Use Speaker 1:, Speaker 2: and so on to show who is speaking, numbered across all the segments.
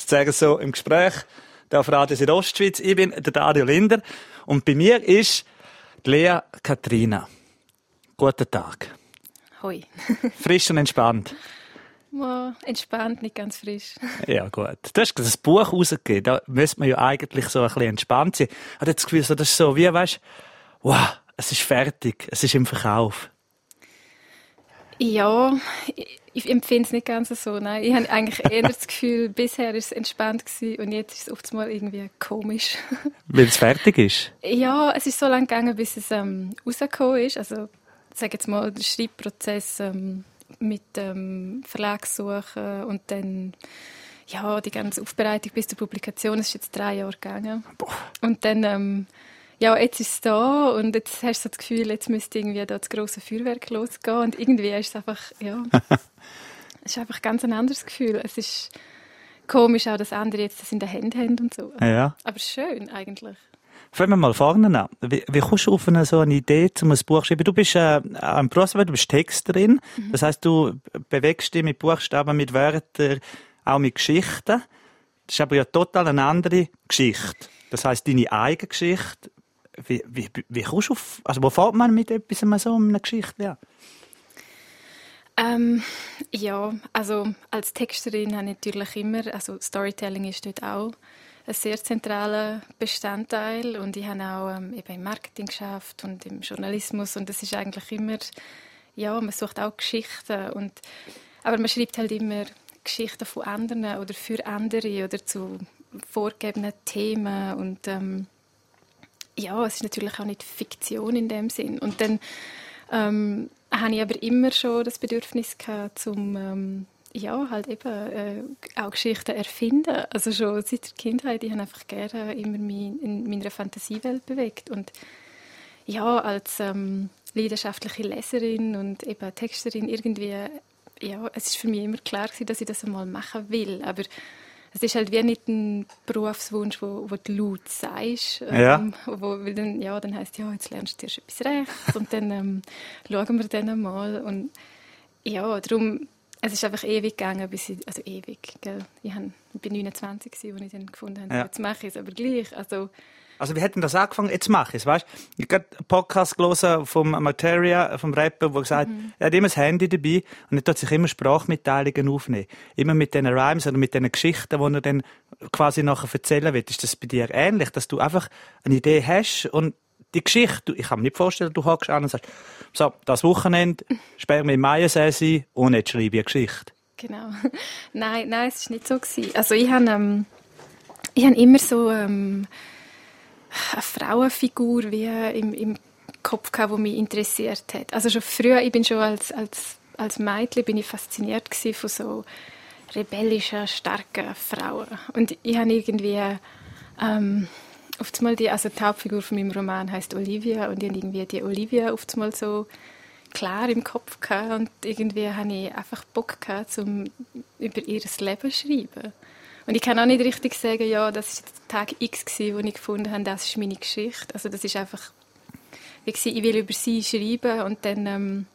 Speaker 1: sozusagen so im Gespräch hier auf Radio Südostschweiz. Ich bin der Dario Linder und bei mir ist die Lea Katharina. Guten Tag.
Speaker 2: Hoi.
Speaker 1: Frisch und entspannt.
Speaker 2: Entspannt, nicht ganz frisch.
Speaker 1: Ja, gut. Du hast das Buch rausgegeben. Da müsste man ja eigentlich so ein bisschen entspannt sein. Ich habe das Gefühl, das ist so wie, weißt du, wow, es ist fertig, es ist im Verkauf.
Speaker 2: Ja, ich empfinde es nicht ganz so. Nein. Ich habe eigentlich eher das Gefühl, bisher war es entspannt gewesen und jetzt ist es oft mal irgendwie komisch.
Speaker 1: Weil es fertig ist?
Speaker 2: Ja, es ist so lange gegangen, bis es rausgekommen ist. Also, sage jetzt mal, der Schreibprozess mit Verlagssuche und dann ja, die ganze Aufbereitung bis zur Publikation. Es ist jetzt 3 Jahre gegangen.
Speaker 1: Boah. Und
Speaker 2: dann ja, jetzt ist es da und jetzt hast du so das Gefühl, jetzt müsste irgendwie da das grosse Feuerwerk losgehen und irgendwie ist es einfach, ja, es ist einfach ganz ein anderes Gefühl. Es ist komisch auch, dass andere jetzt das in der Hand haben und so.
Speaker 1: Ja.
Speaker 2: Aber schön eigentlich.
Speaker 1: Fangen wir mal vorne an. Wie kommst du auf so eine Idee, um ein Buch zu schreiben? Du bist am Berufswelt, du bist Texterin. Das heisst, du bewegst dich mit Buchstaben, mit Wörtern, auch mit Geschichten. Das ist aber ja total eine andere Geschichte. Das heisst, deine eigene Geschichte. Wie kommst du auf, also wo fährt man mit etwas so einer Geschichte? Ja.
Speaker 2: Ja, also als Texterin habe ich natürlich immer, also Storytelling ist dort auch ein sehr zentraler Bestandteil und ich habe auch eben im Marketing geschafft und im Journalismus und das ist eigentlich immer, ja, man sucht auch Geschichten aber man schreibt halt immer Geschichten von anderen oder für andere oder zu vorgegebenen Themen und ja, es ist natürlich auch nicht Fiktion in dem Sinn. Und dann habe ich aber immer schon das Bedürfnis gehabt, zum ja, halt eben auch Geschichten erfinden. Also schon seit der Kindheit, ich habe einfach gerne immer mich in meiner Fantasiewelt bewegt. Und ja, als leidenschaftliche Leserin und eben Texterin irgendwie, ja, es ist für mich immer klar gewesen, dass ich das einmal machen will. Aber es ist halt wie nicht ein Berufswunsch, wo du laut sagst. Weil dann, ja, dann heisst ja, jetzt lernst du erst etwas Rechts und dann schauen wir dann mal. Und ja, darum, es ist einfach ewig gegangen, also ewig, gell? Ich bin 29 gewesen, als ich dann gefunden habe, jetzt mache ich es, aber gleich.
Speaker 1: Also wie hat denn das angefangen? Jetzt mache ich es, weißt? Ich habe einen Podcast gelesen vom Materia, vom Rapper, der gesagt hat, er hat immer das Handy dabei und er tut sich immer Sprachmitteilungen aufnehmen. Immer mit diesen Rhymes oder mit diesen Geschichten, die er dann quasi nachher erzählen will. Ist das bei dir ähnlich, dass du einfach eine Idee hast und die Geschichte, ich kann mir nicht vorstellen, du hockst an und sagst, so, das Wochenende sperren wir im Maiensaison und jetzt schreibe ich eine Geschichte.
Speaker 2: Genau. Nein, es war nicht so gewesen. Also ich habe immer so eine Frauenfigur wie im Kopf gehabt, die mich interessiert hat. Also schon früher, ich bin schon als Mädchen bin ich fasziniert gewesen von so rebellischen, starken Frauen. Und ich habe irgendwie oftmals die Hauptfigur von meinem Roman heisst Olivia und ich habe irgendwie die Olivia oftmals so klar im Kopf gehabt und irgendwie habe ich einfach Bock gehabt, um über ihr Leben zu schreiben. Und ich kann auch nicht richtig sagen, ja, das war Tag X, wo ich gefunden habe, das ist meine Geschichte. Also das ist einfach, wie gesagt, ich will über sie schreiben und dann,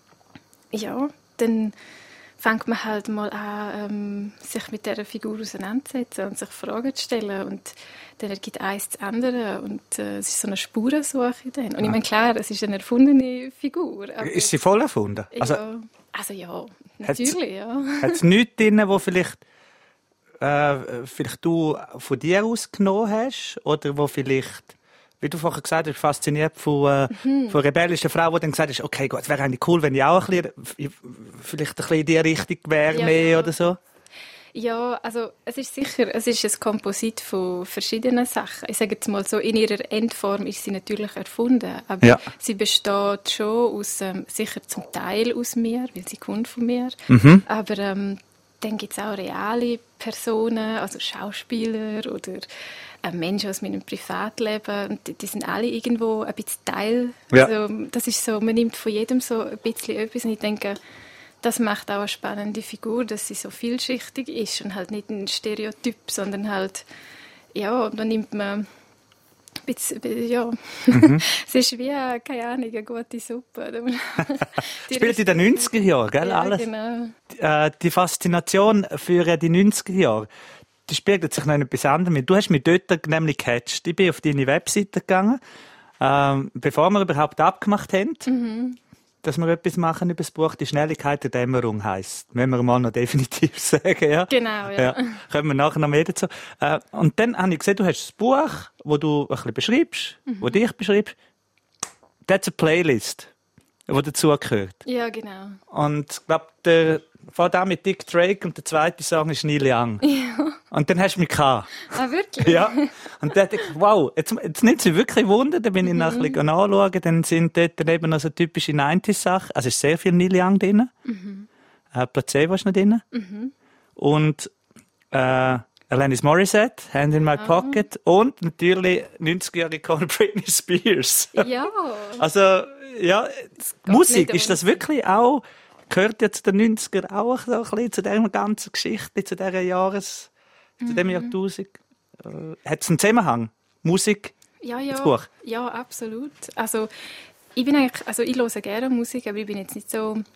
Speaker 2: dann fängt man halt mal an, sich mit dieser Figur auseinanderzusetzen und sich Fragen zu stellen und dann ergibt eins das andere und es ist so eine Spurensuche dann. Und ich meine, klar, es ist eine erfundene Figur.
Speaker 1: Ist sie voll erfunden?
Speaker 2: Ja, natürlich, ja.
Speaker 1: Hat es nichts drin, wo vielleicht du von dir aus genommen hast oder wo vielleicht, wie du vorher gesagt hast, fasziniert von rebellischen Frauen, die dann gesagt hast, okay, gut, wäre eigentlich cool, wenn ich auch vielleicht ein bisschen in die Richtung wäre oder so?
Speaker 2: Ja, also es ist sicher, es ist ein Komposit von verschiedenen Sachen. Ich sage jetzt mal so, in ihrer Endform ist sie natürlich erfunden, aber sie besteht schon aus, sicher zum Teil aus mir, weil sie kommt von mir, aber dann gibt es auch reale Personen, also Schauspieler oder Menschen aus meinem Privatleben. Und die sind alle irgendwo ein bisschen Teil. Ja. Also, das ist so, man nimmt von jedem so ein bisschen etwas. Und ich denke, das macht auch eine spannende Figur, dass sie so vielschichtig ist und halt nicht ein Stereotyp, sondern halt, ja, und dann nimmt man ein bisschen, ja, es ist wie, keine Ahnung, eine gute Suppe.
Speaker 1: Spielt in den 90er Jahren, gell,
Speaker 2: ja,
Speaker 1: alles?
Speaker 2: Genau.
Speaker 1: Die Faszination für die 90er Jahre, die spiegelt sich noch etwas anderes. Du hast mich dort nämlich gecatcht. Ich bin auf deine Webseite gegangen, bevor wir überhaupt abgemacht haben, dass wir etwas machen über das Buch. Die Schnelligkeit der Dämmerung heisst. Müssen wir mal noch definitiv sagen, ja.
Speaker 2: Genau, ja.
Speaker 1: Kommen wir nachher noch mehr dazu. Und dann habe ich gesehen, du hast ein Buch, wo du ein bisschen beschreibst, wo dich beschreibst. Das ist eine Playlist, die dazugehört.
Speaker 2: Ja, genau.
Speaker 1: Und ich glaube, der fängt an mit Dick Drake und der zweite Song ist Neil Young.
Speaker 2: Ja.
Speaker 1: Und dann hast du mich gehabt.
Speaker 2: Ah, wirklich?
Speaker 1: Ja. Und dann dachte ich, wow, jetzt nimmt sie wirklich Wunder. Dann bin ich nach ein bisschen anschauen. Dann sind dort eben noch so typische 90s-Sachen. Also ist sehr viel Neil Young drin. Placebo ist noch drin. Und Alanis Morissette, Hand in My Pocket. Und natürlich 90-jährige Britney Spears.
Speaker 2: Ja.
Speaker 1: Also, ja, Musik, ist das
Speaker 2: Musik.
Speaker 1: wirklich auch, gehört ja zu den 90er auch so ein bisschen zu dieser ganzen Geschichte, zu dieser zu diesem Jahrtausend? Hat es einen Zusammenhang? Musik,
Speaker 2: Ja,
Speaker 1: das Buch?
Speaker 2: ja, absolut. Also ich höre gerne Musik, aber ich bin jetzt nicht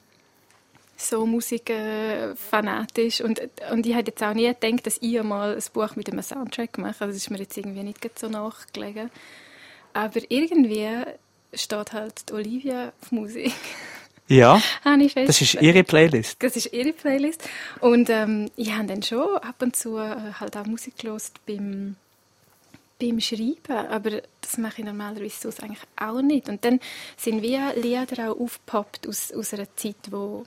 Speaker 2: so musikfanatisch und ich hätte jetzt auch nie gedacht, dass ich einmal ein Buch mit einem Soundtrack mache. Also das ist mir jetzt irgendwie nicht ganz so nachgelegen. Aber irgendwie steht halt die Olivia auf Musik.
Speaker 1: Ja,
Speaker 2: Habe ich
Speaker 1: das ist ihre Playlist.
Speaker 2: Das ist ihre Playlist. Und ich habe dann schon ab und zu halt auch Musik gehört beim Schreiben. Aber das mache ich normalerweise sonst eigentlich auch nicht. Und dann sind wie Lieder auch aufgepoppt aus einer Zeit, wo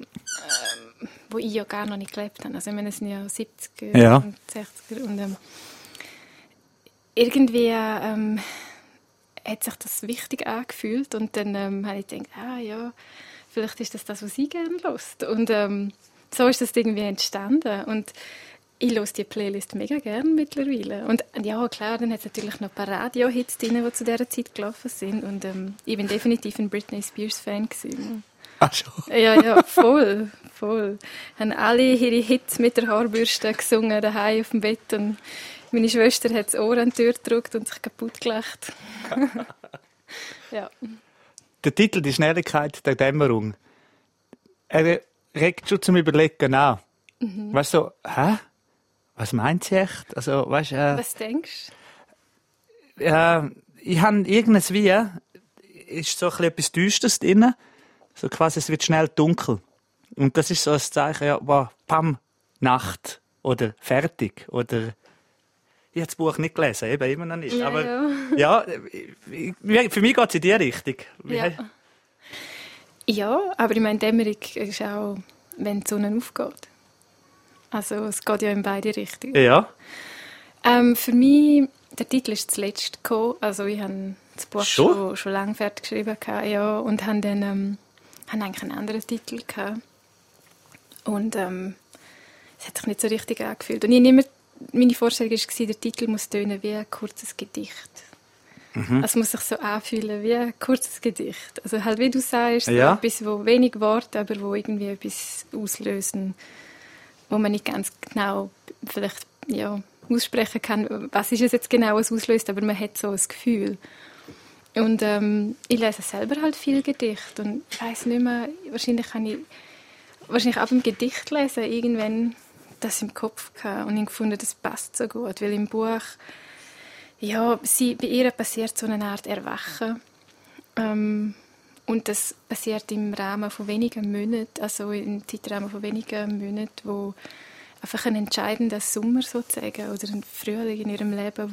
Speaker 2: ich ja gar noch nicht gelebt habe. Also ich meine, es sind ja 70er
Speaker 1: Ja.
Speaker 2: und 60er. Und irgendwie hat sich das wichtig angefühlt. Und dann habe ich gedacht, ja, vielleicht ist das, was ich gerne höre. Und so ist das irgendwie entstanden. Und ich höre die Playlist mega gerne mittlerweile. Und ja, klar, dann hat es natürlich noch ein paar Radio-Hits drin, die zu dieser Zeit gelaufen sind. Und ich bin definitiv ein Britney Spears-Fan gewesen.
Speaker 1: Ach schon.
Speaker 2: Ja, voll. Haben alle ihre Hits mit der Haarbürste gesungen, daheim auf dem Bett. Und meine Schwester hat das Ohr an die Tür gedrückt und sich kaputt gelacht. Ja.
Speaker 1: Der Titel «Die Schnelligkeit der Dämmerung», er regt schon zum Überlegen an. Weißt du, was meint sie echt? Also, weißt,
Speaker 2: Was denkst du?
Speaker 1: ich habe irgendwas ist so etwas Düsteres drin. So quasi, es wird schnell dunkel. Und das ist so ein Zeichen, ja, wow, pam, Nacht. Oder fertig. Oder, ich habe das Buch nicht gelesen, eben immer noch nicht.
Speaker 2: Ja,
Speaker 1: aber
Speaker 2: ja.
Speaker 1: Für mich geht es in die Richtung.
Speaker 2: Ja, aber ich meine, Dämmerung ist auch, wenn die Sonne aufgeht. Also es geht ja in beide Richtungen.
Speaker 1: Ja.
Speaker 2: Für mich, der Titel ist zuletzt gekommen. Also ich habe das Buch schon lange fertig geschrieben, ja, und habe dann eigentlich einen anderen Titel gehabt. Und es hat sich nicht so richtig angefühlt. Und meine Vorstellung war, der Titel muss tönen wie ein kurzes Gedicht. Es muss sich so anfühlen wie ein kurzes Gedicht. Also halt, wie du sagst, so etwas, wo wenig Worte, aber wo irgendwie etwas auslösen, wo man nicht ganz genau vielleicht aussprechen kann, was ist es jetzt genau, was auslöst, aber man hat so ein Gefühl. Und ich lese selber halt viel Gedicht und ich weiss nicht mehr, wahrscheinlich ab dem Gedicht lesen irgendwann das im Kopf gehabt und ich gefunden, das passt so gut, weil im Buch bei ihr passiert so eine Art Erwachen. Und das passiert im Rahmen von wenigen Monaten, also im Zeitrahmen von wenigen Monaten, wo einfach ein entscheidender Sommer sozusagen oder ein Frühling in ihrem Leben,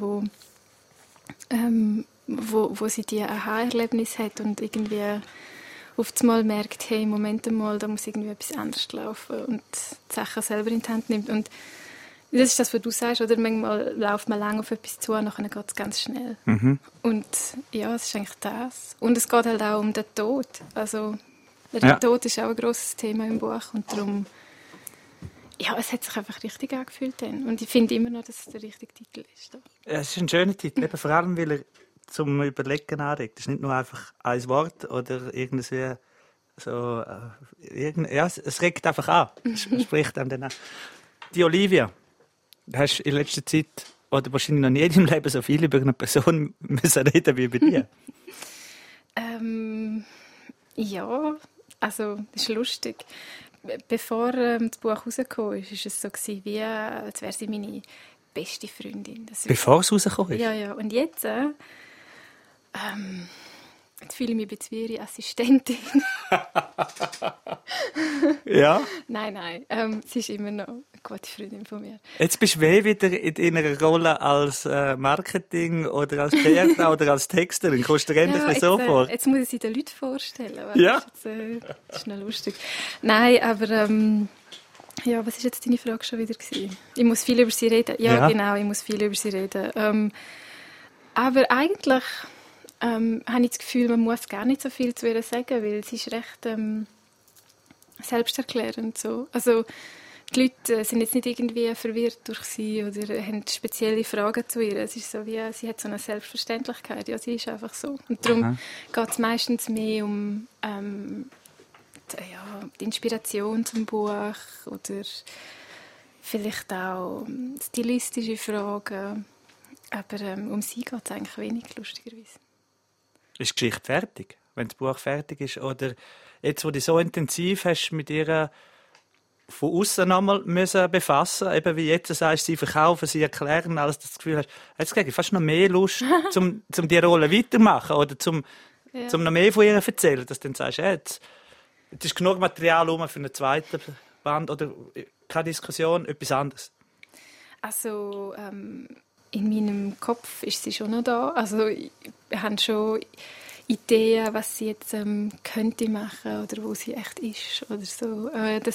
Speaker 2: wo sie die Aha-Erlebnis hat und irgendwie auf einmal merkt, hey, Moment mal, da muss irgendwie etwas anderes laufen und die Sachen selber in die Hand nimmt. Und das ist das, was du sagst, oder manchmal läuft man lange auf etwas zu, nachher geht es ganz schnell. Und ja, es ist eigentlich das. Und es geht halt auch um den Tod. Also der Tod ist auch ein grosses Thema im Buch und darum, es hat sich einfach richtig angefühlt dann. Und ich finde immer noch, dass es der richtige Titel ist.
Speaker 1: Ja, es ist ein schöner Titel, eben vor allem, weil er zum Überlegen anregt. Es ist nicht nur einfach ein Wort oder irgendwie so, es regt einfach an. Es spricht einem dann an. Die Olivia. Du hast in letzter Zeit, oder wahrscheinlich noch nie in deinem Leben, so viel über eine Person müssen reden wie über dich.
Speaker 2: Ja, also das ist lustig. Bevor das Buch rausgekommen ist, war es so, als wäre sie meine beste Freundin.
Speaker 1: Bevor es rausgekommen ist?
Speaker 2: Ja. Und jetzt, jetzt fühle ich mich ein bisschen wie ihre Assistentin.
Speaker 1: Ja?
Speaker 2: Nein. Sie ist immer noch eine gute Freundin von mir.
Speaker 1: Jetzt bist du wieder in deiner Rolle als Marketing- oder als PR- oder als Texterin. Kommst du dir endlich so vor?
Speaker 2: Jetzt muss ich sie den Leuten vorstellen.
Speaker 1: Ja.
Speaker 2: Das ist noch lustig. Nein, aber ja, was war jetzt deine Frage schon wieder gewesen? Ich muss viel über sie reden. Ja, genau, ich muss viel über sie reden. Aber eigentlich habe ich das Gefühl, man muss gar nicht so viel zu ihr sagen, weil sie ist recht selbsterklärend. So. Also, die Leute sind jetzt nicht irgendwie verwirrt durch sie oder haben spezielle Fragen zu ihr. Es ist so wie, sie hat so eine Selbstverständlichkeit. Ja, sie ist einfach so. Und darum geht es meistens mehr um die Inspiration zum Buch oder vielleicht auch stilistische Fragen. Aber um sie geht es eigentlich wenig, lustigerweise.
Speaker 1: Ist die Geschichte fertig, wenn das Buch fertig ist? Oder jetzt, wo du so intensiv hast mit ihr von außen nochmal befassen, eben wie jetzt sagst, sie verkaufen, sie erklären alles, das Gefühl hast, jetzt kriege ich fast noch mehr Lust, zum die Rolle weitermachen oder zum noch mehr von ihr erzählen, dass du dann sagst, jetzt ist genug Material für einen zweiten Band oder keine Diskussion, etwas anderes.
Speaker 2: Also in meinem Kopf ist sie schon noch da. Also wir haben schon Ideen, was sie jetzt könnte machen oder wo sie echt ist oder so.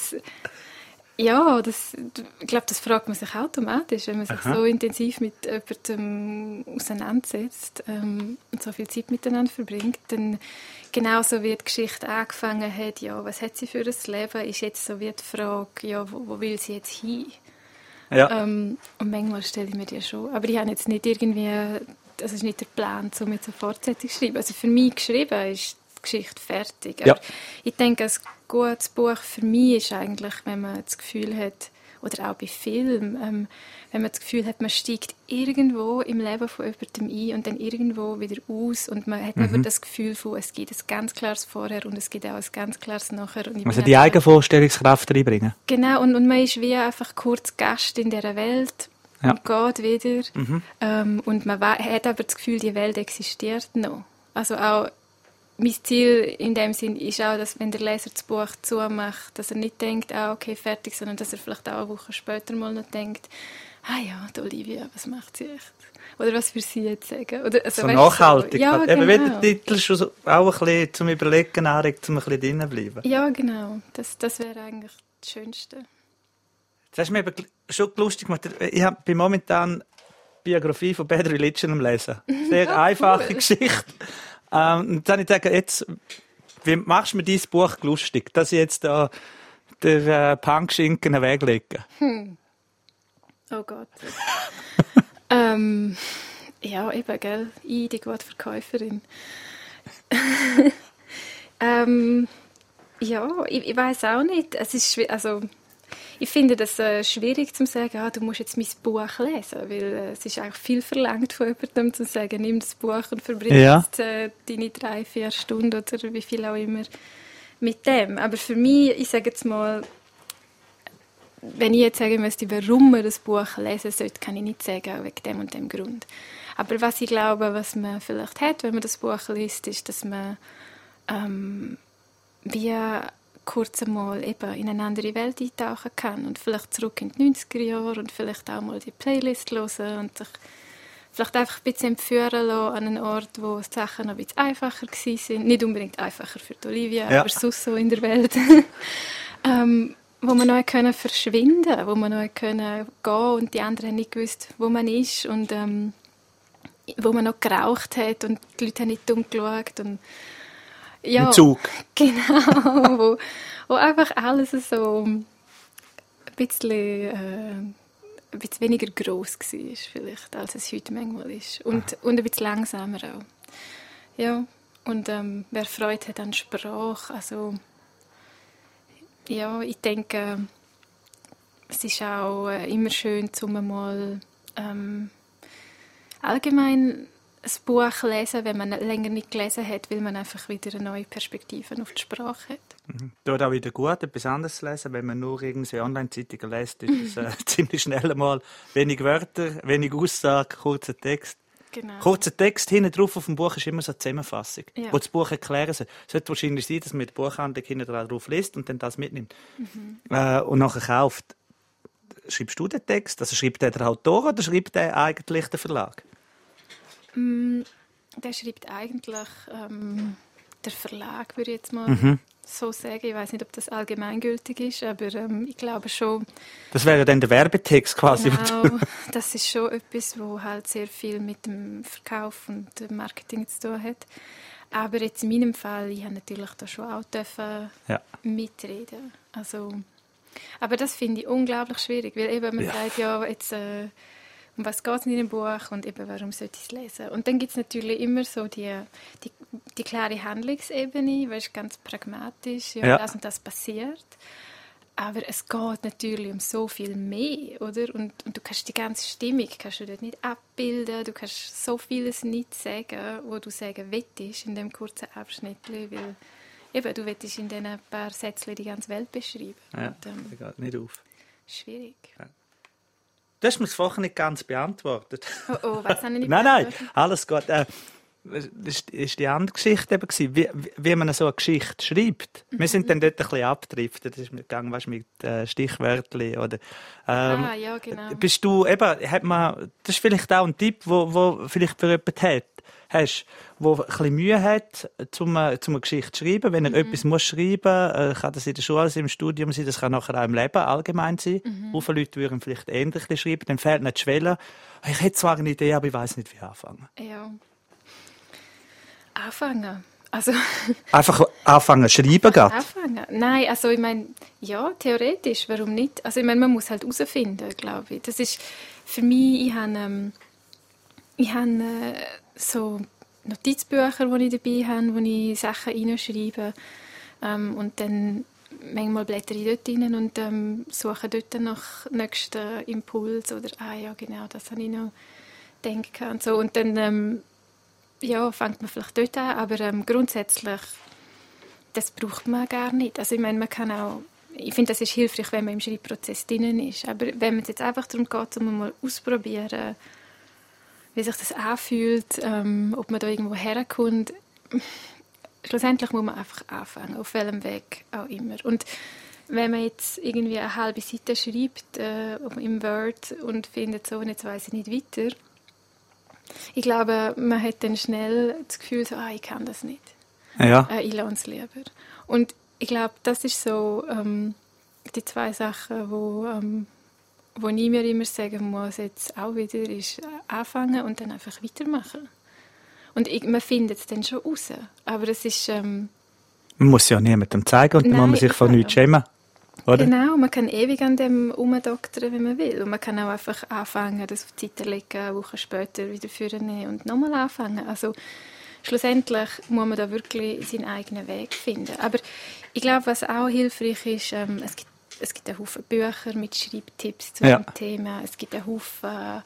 Speaker 2: Ich glaube, das fragt man sich automatisch, wenn man sich so intensiv mit jemandem auseinandersetzt und so viel Zeit miteinander verbringt. Dann genauso wie die Geschichte angefangen hat, ja, was hat sie für ein Leben, ist jetzt so wie die Frage, ja, wo will sie jetzt hin?
Speaker 1: Ja.
Speaker 2: Und manchmal stelle ich mir die schon. Aber ich habe jetzt nicht irgendwie, das ist nicht der Plan, um jetzt eine Fortsetzung zu schreiben. Also für mich geschrieben ist die Geschichte fertig. Aber ich denke, ein gutes Buch für mich ist eigentlich, wenn man das Gefühl hat, oder auch bei Filmen, wenn man das Gefühl hat, man steigt irgendwo im Leben von jemandem ein und dann irgendwo wieder aus und man hat aber das Gefühl von, es gibt ein ganz klares Vorher und es gibt auch ein ganz klares Nachher. Und
Speaker 1: also die eigene Vorstellungskraft reinbringen.
Speaker 2: Genau, und man ist wie einfach kurz Gast in dieser Welt und geht wieder. Und man hat aber das Gefühl, die Welt existiert noch. Also auch mein Ziel in dem Sinn ist auch, dass wenn der Leser das Buch zumacht, dass er nicht denkt, okay, fertig, sondern dass er vielleicht auch eine Woche später mal noch denkt, die Olivia, was macht sie echt? Oder was will sie jetzt sagen? Oder, also,
Speaker 1: so nachhaltig.
Speaker 2: Ja,
Speaker 1: genau. Eben wie der
Speaker 2: genau.
Speaker 1: Titel schon auch ein bisschen zum Überlegen anregt, um ein bisschen drinnen zu bleiben.
Speaker 2: Ja, genau. Das wäre eigentlich das Schönste.
Speaker 1: Jetzt hast du mir eben schon lustig gemacht. Ich bin momentan die Biografie von Bad Religion am Lesen. Sehr einfache Geschichte. Und dann habe ich gedacht, wie machst du mir dein Buch lustig, dass ich jetzt da den Punk-Schinken weglege?
Speaker 2: Oh Gott. Ja, eben, gell? Ich, die gute Verkäuferin. Ja, ich weiß auch nicht. Es ist ich finde das schwierig zu sagen, du musst jetzt mein Buch lesen, weil es ist eigentlich viel verlangt von jemandem zu sagen, nimm das Buch und verbring jetzt deine 3-4 Stunden oder wie viel auch immer mit dem. Aber für mich, ich sage jetzt mal, wenn ich jetzt sagen müsste, warum man das Buch lesen sollte, kann ich nicht sagen, wegen dem und dem Grund. Aber was ich glaube, was man vielleicht hat, wenn man das Buch liest, ist, dass man wie kurz einmal eben in eine andere Welt eintauchen kann und vielleicht zurück in die 90er Jahre und vielleicht auch mal die Playlist hören und sich vielleicht einfach ein bisschen entführen lassen an einen Ort, wo die Sachen noch ein bisschen einfacher waren. Nicht unbedingt einfacher für die Olivia, aber sonst so in der Welt. Wo man noch verschwinden konnte, wo man noch gehen und die anderen haben nicht gewusst, wo man ist und wo man noch geraucht hat und die Leute haben nicht dumm geschaut. Und ja,
Speaker 1: im Zug.
Speaker 2: Genau, wo einfach alles so ein bisschen weniger gross war, vielleicht, als es heute manchmal ist. Und ein bisschen langsamer auch. Ja, und wer Freude hat an Sprache, also ja, ich denke, es ist auch immer schön, um mal allgemein Buch lesen, wenn man länger nicht gelesen hat, weil man einfach wieder eine neue Perspektive auf die Sprache hat.
Speaker 1: Tut auch wieder gut, etwas anderes zu lesen. Wenn man nur irgendwie Online-Zeitungen liest, ist es ziemlich schnell mal wenig Wörter, wenig Aussage, kurzer Text.
Speaker 2: Genau.
Speaker 1: Kurzer Text hinten drauf auf dem Buch ist immer so eine Zusammenfassung,
Speaker 2: Ja.
Speaker 1: wo das Buch erklären soll. Es sollte wahrscheinlich sein, dass man die Buchhandlung hinten drauf liest und dann das mitnimmt. Und nachher kauft. Schreibst du den Text? Also schreibt der Autor oder schreibt der eigentlich der Verlag?
Speaker 2: Der schreibt eigentlich der Verlag, würde ich jetzt mal so sagen. Ich weiß nicht, ob das allgemeingültig ist, aber ich glaube schon.
Speaker 1: Das wäre dann der Werbetext quasi.
Speaker 2: Genau, das ist schon etwas, wo halt sehr viel mit dem Verkauf und dem Marketing zu tun hat. Aber jetzt in meinem Fall, ich habe natürlich da schon auch mitreden. Also, aber das finde ich unglaublich schwierig, weil eben man sagt, ja, jetzt, um was geht es in einem Buch und eben, warum sollte ich es lesen? Und dann gibt es natürlich immer so die klare Handlungsebene, weißt, ganz pragmatisch, das und das passiert. Aber es geht natürlich um so viel mehr, oder? Und du kannst die ganze Stimmung kannst du dort nicht abbilden, du kannst so vieles nicht sagen, wo du sagen willst in dem kurzen Abschnitt, weil eben, du willst in diesen paar Sätzen die ganze Welt beschreiben.
Speaker 1: Ja,
Speaker 2: und,
Speaker 1: das geht nicht auf.
Speaker 2: Schwierig.
Speaker 1: Ja. Du hast mir das vorher nicht ganz beantwortet.
Speaker 2: Oh, was habe ich nicht
Speaker 1: Nein, alles gut. Das war die andere Geschichte eben, wie man so eine Geschichte schreibt. Wir sind dann dort ein bisschen abgedriftet. Das ist mir gegangen, weißt, mit Stichwörtchen oder.
Speaker 2: ja, genau.
Speaker 1: Bist du eben, das ist vielleicht auch ein Tipp, wo vielleicht für jemanden hast, der ein bisschen Mühe hat, um eine Geschichte zu schreiben. Wenn er etwas muss schreiben, kann das in der Schule sein, im Studium sein, das kann nachher auch im Leben allgemein sein. Viele Leute würden vielleicht ähnlich schreiben, dann fehlt nicht die Schwelle. Ich hätte zwar eine Idee, aber ich weiss nicht, wie anfangen.
Speaker 2: Ja. Anfangen. Also
Speaker 1: einfach anfangen zu schreiben geht?
Speaker 2: Anfangen? Nein, also ich meine, ja, theoretisch, warum nicht? Also ich meine, man muss halt herausfinden, glaube ich. Das ist für mich, ich habe so Notizbücher, die ich dabei habe, wo ich Sachen reinschreibe. Und dann manchmal blättere ich dort rein und suche dort nach nächsten Impuls oder ja, genau, das habe ich noch gedacht. Und so. Und dann fängt man vielleicht dort an, aber grundsätzlich, das braucht man gar nicht. Also ich meine, man kann auch, ich finde, das ist hilfreich, wenn man im Schreibprozess drin ist. Aber wenn man es jetzt einfach darum geht, um mal auszuprobieren, wie sich das anfühlt, ob man da irgendwo herkommt, schlussendlich muss man einfach anfangen, auf welchem Weg auch immer. Und wenn man jetzt irgendwie eine halbe Seite schreibt im Word und findet so, und jetzt weiss ich nicht weiter, ich glaube, man hat dann schnell das Gefühl, so, ich kann das nicht.
Speaker 1: Ja.
Speaker 2: Ich lasse es lieber. Und ich glaube, das ist so die zwei Sachen, wo ich mir immer sagen muss, jetzt auch wieder, ist anfangen und dann einfach weitermachen. Und man findet es dann schon raus. Aber es ist...
Speaker 1: man muss ja niemandem zeigen und dann muss man sich von nichts schämen. Oder?
Speaker 2: Genau, man kann ewig an dem rumdoktern, wenn man will. Und man kann auch einfach anfangen, das auf die Seite legen, eine Woche später wieder vornehmen und nochmal anfangen. Also schlussendlich muss man da wirklich seinen eigenen Weg finden. Aber ich glaube, was auch hilfreich ist, es gibt einen Haufen Bücher mit Schreibtipps zu dem Thema. Es gibt einen Haufen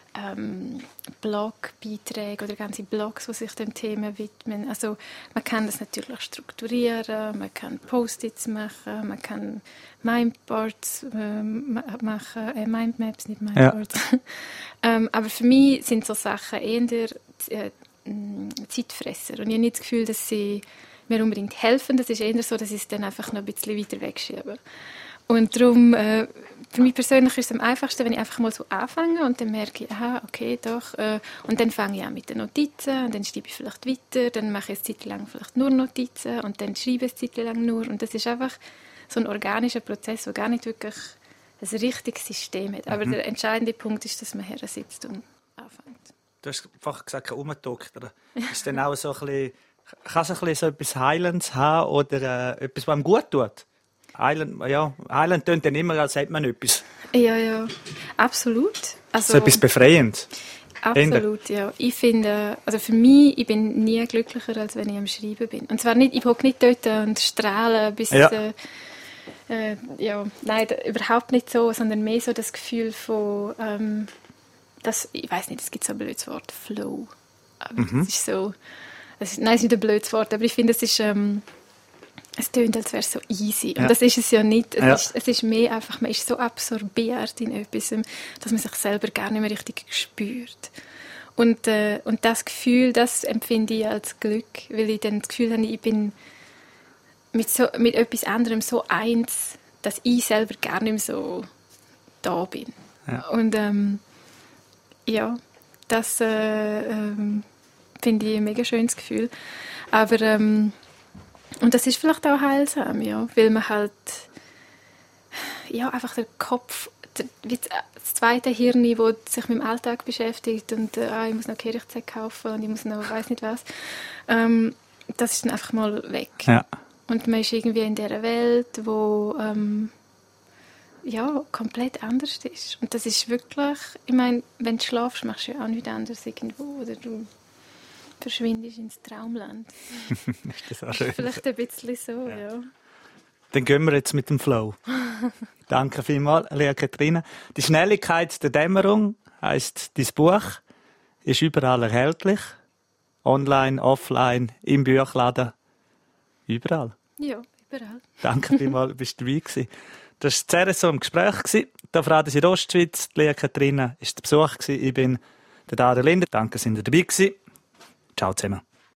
Speaker 2: Blogbeiträge oder ganze Blogs, die sich dem Thema widmen. Also man kann das natürlich strukturieren, man kann Post-its machen, man kann Mindboards machen, Mindmaps, nicht Mindboards. Ja. Aber für mich sind so Sachen eher Zeitfresser. Und ich habe nicht das Gefühl, dass sie mir unbedingt helfen. Das ist eher so, dass ich es dann einfach noch ein bisschen weiter wegschiebe. Und darum, für mich persönlich ist es am einfachsten, wenn ich einfach mal so anfange und dann merke ich, aha, okay, doch. Und dann fange ich an mit den Notizen und dann schreibe ich vielleicht weiter, dann mache ich eine Zeit lang vielleicht nur Notizen und dann schreibe ich eine Zeit lang nur. Und das ist einfach so ein organischer Prozess, der gar nicht wirklich ein richtiges System hat. Aber der entscheidende Punkt ist, dass man her sitzt und anfängt.
Speaker 1: Du hast einfach gesagt, kein Umdoktern. Ist dann auch so ein bisschen, kann es ein bisschen so etwas Heilens haben oder etwas, was einem gut tut? Heilen tönt dann immer, als hätte man etwas.
Speaker 2: Ja, absolut. Also,
Speaker 1: so etwas Befreiendes.
Speaker 2: Absolut, ja. Ich finde, also für mich, ich bin nie glücklicher, als wenn ich am Schreiben bin. Und zwar nicht, ich hocke nicht dort und strahle bis... nein, überhaupt nicht so, sondern mehr so das Gefühl von, ich weiß nicht, es gibt so ein blödes Wort, Flow. Aber das ist so... Nein, es ist nicht ein blödes Wort, aber ich finde, es ist... es tönt, als wäre es so easy. Und das ist es ja nicht. Es ist mehr einfach, man ist so absorbiert in etwas, dass man sich selber gar nicht mehr richtig spürt. Und das Gefühl, das empfinde ich als Glück, weil ich dann das Gefühl habe, ich bin mit etwas anderem so eins, dass ich selber gar nicht mehr so da bin. Ja. Und das finde ich ein mega schönes Gefühl. Aber und das ist vielleicht auch heilsam, ja, weil man halt einfach der Kopf, das zweite Hirn, das sich mit dem Alltag beschäftigt und ich muss noch Kirchzeug kaufen und ich muss noch weiss nicht was, das ist dann einfach mal weg. Ja. Und man ist irgendwie in dieser Welt, wo komplett anders ist. Und das ist wirklich, ich meine, wenn du schlafst, machst du ja auch nichts anderes irgendwo, oder du verschwindest ins Traumland.
Speaker 1: Ist das auch schön?
Speaker 2: Vielleicht ein bisschen so, ja.
Speaker 1: Dann gehen wir jetzt mit dem Flow. Danke vielmals, Lea Katharina. Die Schnelligkeit der Dämmerung heisst, dein Buch ist überall erhältlich. Online, offline, im Buchladen. Überall.
Speaker 2: Ja, überall.
Speaker 1: Danke vielmals, bist du dabei gewesen. Das war das RSO im Gespräch. Hier auf Radio Südostschweiz. Lea Katharina war der Besuch. Ich bin der Dario Linder. Danke, dass ihr dabei gewesen. Ciao zusammen.